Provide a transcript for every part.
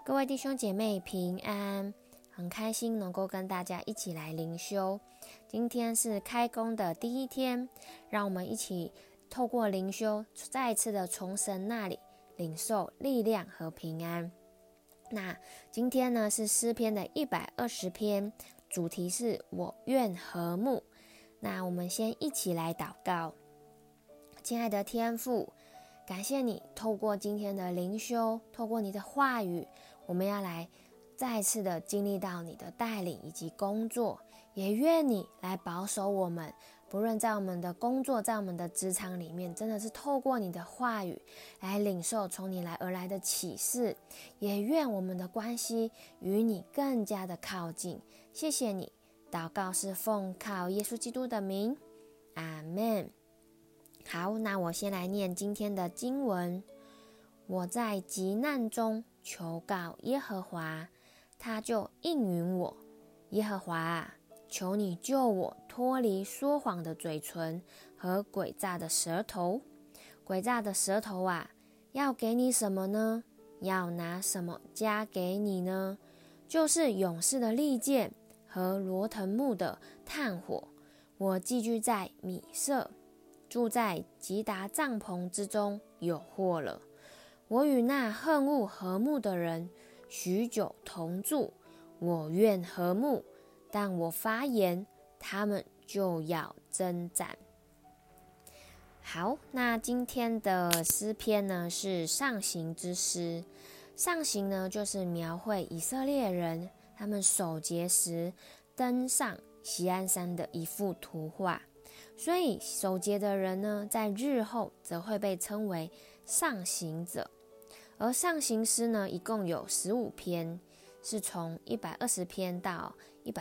各位弟兄姐妹平安，很开心能够跟大家一起来灵修。今天是开工的第一天，让我们一起透过灵修，再一次的从神那里领受力量和平安。那今天呢是诗篇的120篇，主题是我愿和睦。那我们先一起来祷告。亲爱的天父，感谢你透过今天的灵修，透过你的话语，我们要来再次的经历到你的带领以及工作，也愿你来保守我们，不论在我们的工作，在我们的职场里面，真的是透过你的话语来领受从你而来的启示，也愿我们的关系与你更加的靠近。谢谢你，祷告是奉靠耶稣基督的名，阿们。好，那我先来念今天的经文。我在急难中求告耶和华，他就应允我。耶和华啊，求你救我脱离说谎的嘴唇和诡诈的舌头。诡诈的舌头啊，要给你什么呢？要拿什么加给你呢？就是勇士的利剑和罗腾木的炭火。我寄居在米色，住在吉达帐篷之中，有祸了。我与那恨恶和睦的人许久同住，我愿和睦，但我发言，他们就要征战。好，那今天的诗篇呢是上行之诗。上行呢就是描绘以色列人他们守节时登上锡安山的一幅图画。所以守节的人呢，在日后则会被称为上行者。而上行诗呢，一共有15篇，是从120篇到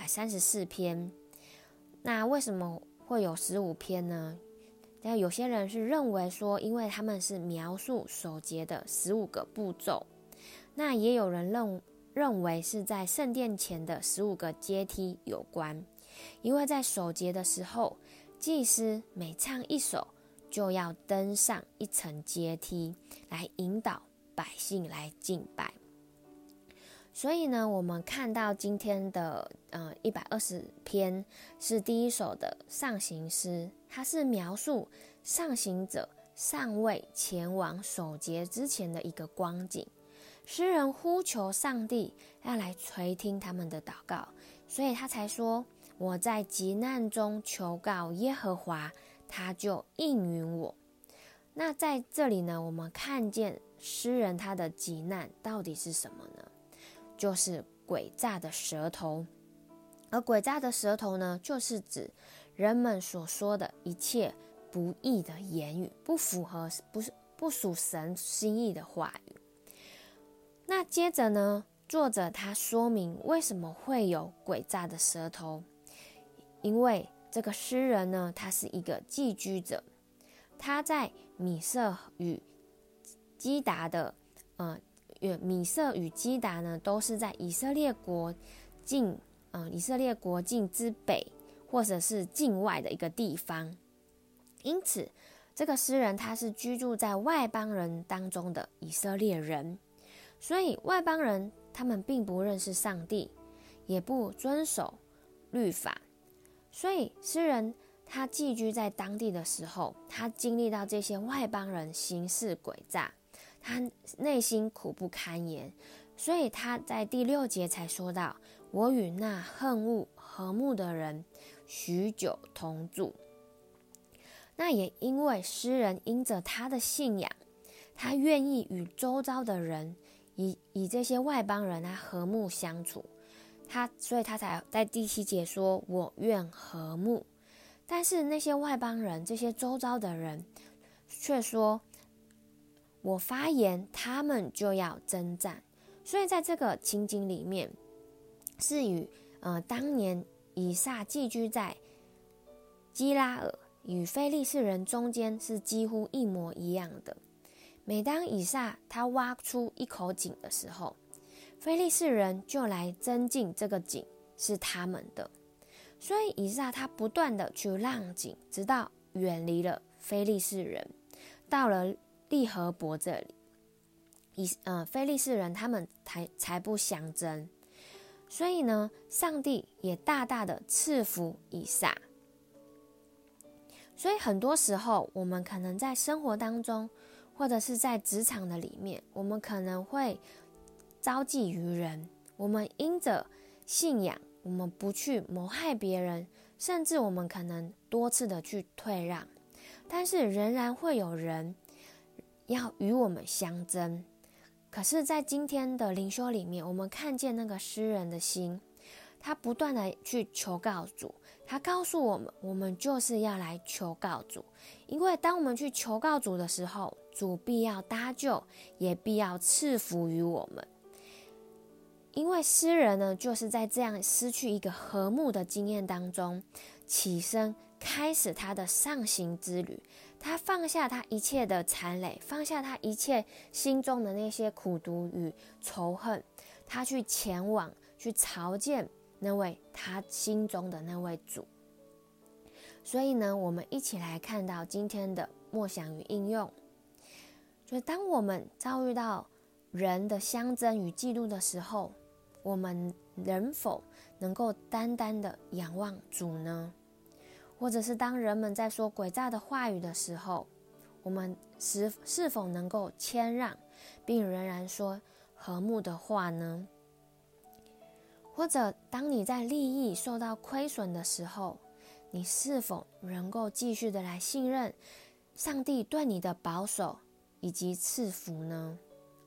134篇。那为什么会有15篇呢？但有些人是认为说，因为他们是描述守节的15个步骤。那也有人认为是在圣殿前的15个阶梯有关，因为在守节的时候，祭司每唱一首，就要登上一层阶梯，来引导百姓来敬拜。所以呢，我们看到今天的120篇是第一首的上行诗，它是描述上行者尚未前往守节之前的一个光景。诗人呼求上帝要来垂听他们的祷告，所以他才说，我在急难中求告耶和华，他就应允我。那在这里呢，我们看见诗人他的急难到底是什么呢？就是诡诈的舌头。而诡诈的舌头呢，就是指人们所说的一切不义的言语，不属神心意的话语。那接着呢，作者他说明为什么会有诡诈的舌头。因为这个诗人呢，他是一个寄居者，他在米色与基达呢，都是在以色列国境之北或者是境外的一个地方。因此，这个诗人他是居住在外邦人当中的以色列人，所以外邦人他们并不认识上帝，也不遵守律法。所以诗人他寄居在当地的时候，他经历到这些外邦人行事诡诈，他内心苦不堪言。所以他在第6节才说到，我与那恨恶和睦的人许久同住。那也因为诗人因着他的信仰，他愿意与周遭的人以这些外邦人和睦相处，所以他才在第7节说，我愿和睦。但是那些外邦人，这些周遭的人却说，我发言，他们就要征战。所以在这个情景里面，是与当年以撒寄居在基拉尔与非利士人中间是几乎一模一样的。每当以撒他挖出一口井的时候，非利士人就来增进这个井是他们的。所以以撒他不断的去让井，直到远离了非利士人，到了利河伯这里。 非利士人他们才不相争。所以呢，上帝也大大的赐福以撒。所以很多时候，我们可能在生活当中，或者是在职场的里面，我们可能会招忌于人，我们因着信仰，我们不去谋害别人，甚至我们可能多次的去退让，但是仍然会有人要与我们相争。可是在今天的灵修里面，我们看见那个诗人的心，他不断的去求告主，他告诉我们，我们就是要来求告主，因为当我们去求告主的时候，主必要搭救，也必要赐福于我们。因为诗人呢，就是在这样失去一个和睦的经验当中，起身开始他的上行之旅。他放下他一切的残累，放下他一切心中的那些苦毒与仇恨，他去前往，去朝见那位他心中的那位主。所以呢，我们一起来看到今天的默想与应用，就是当我们遭遇到人的相争与嫉妒的时候，我们能否能够单单的仰望主呢？或者是当人们在说诡诈的话语的时候，我们是否能够谦让，并仍然说和睦的话呢？或者当你在利益受到亏损的时候，你是否能够继续的来信任上帝对你的保守以及赐福呢？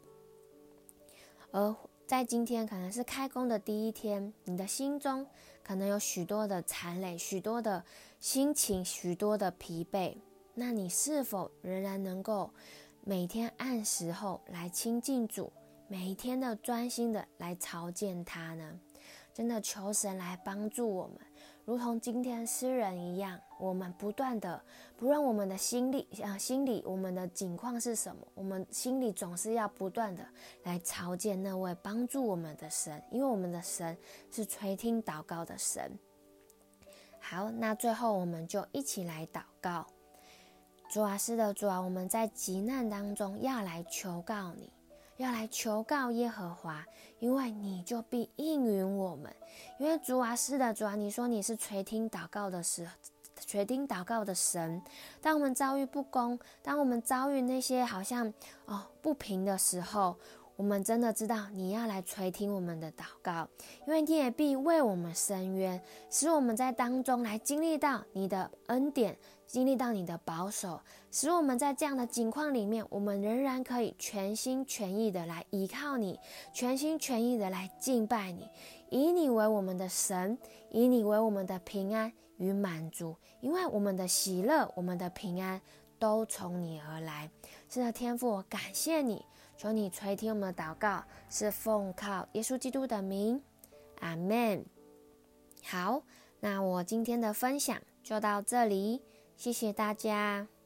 而在今天可能是开工的第一天，你的心中可能有许多的残累，许多的心情，许多的疲惫，那你是否仍然能够每天按时候来亲近主，每一天的专心的来朝见他呢？真的求神来帮助我们，如同今天诗人一样，我们不断的，不论我们的心里我们的境况是什么，我们心里总是要不断的来朝见那位帮助我们的神，因为我们的神是垂听祷告的神。好，那最后我们就一起来祷告。主啊，是的，主啊，我们在急难当中要来求告你，要来求告耶和华，因为你就必应允我们。因为主啊，是的，主啊，你说你是垂听祷告的神。当我们遭遇不公，当我们遭遇那些好像不平的时候，我们真的知道你要来垂听我们的祷告，因为你也必为我们伸冤，使我们在当中来经历到你的恩典，经历到你的保守，使我们在这样的境况里面，我们仍然可以全心全意的来依靠你，全心全意的来敬拜你，以你为我们的神，以你为我们的平安与满足，因为我们的喜乐，我们的平安都从你而来。是的，天父，我感谢你，求你垂听我们的祷告，是奉靠耶稣基督的名，阿们。好，那我今天的分享就到这里，谢谢大家。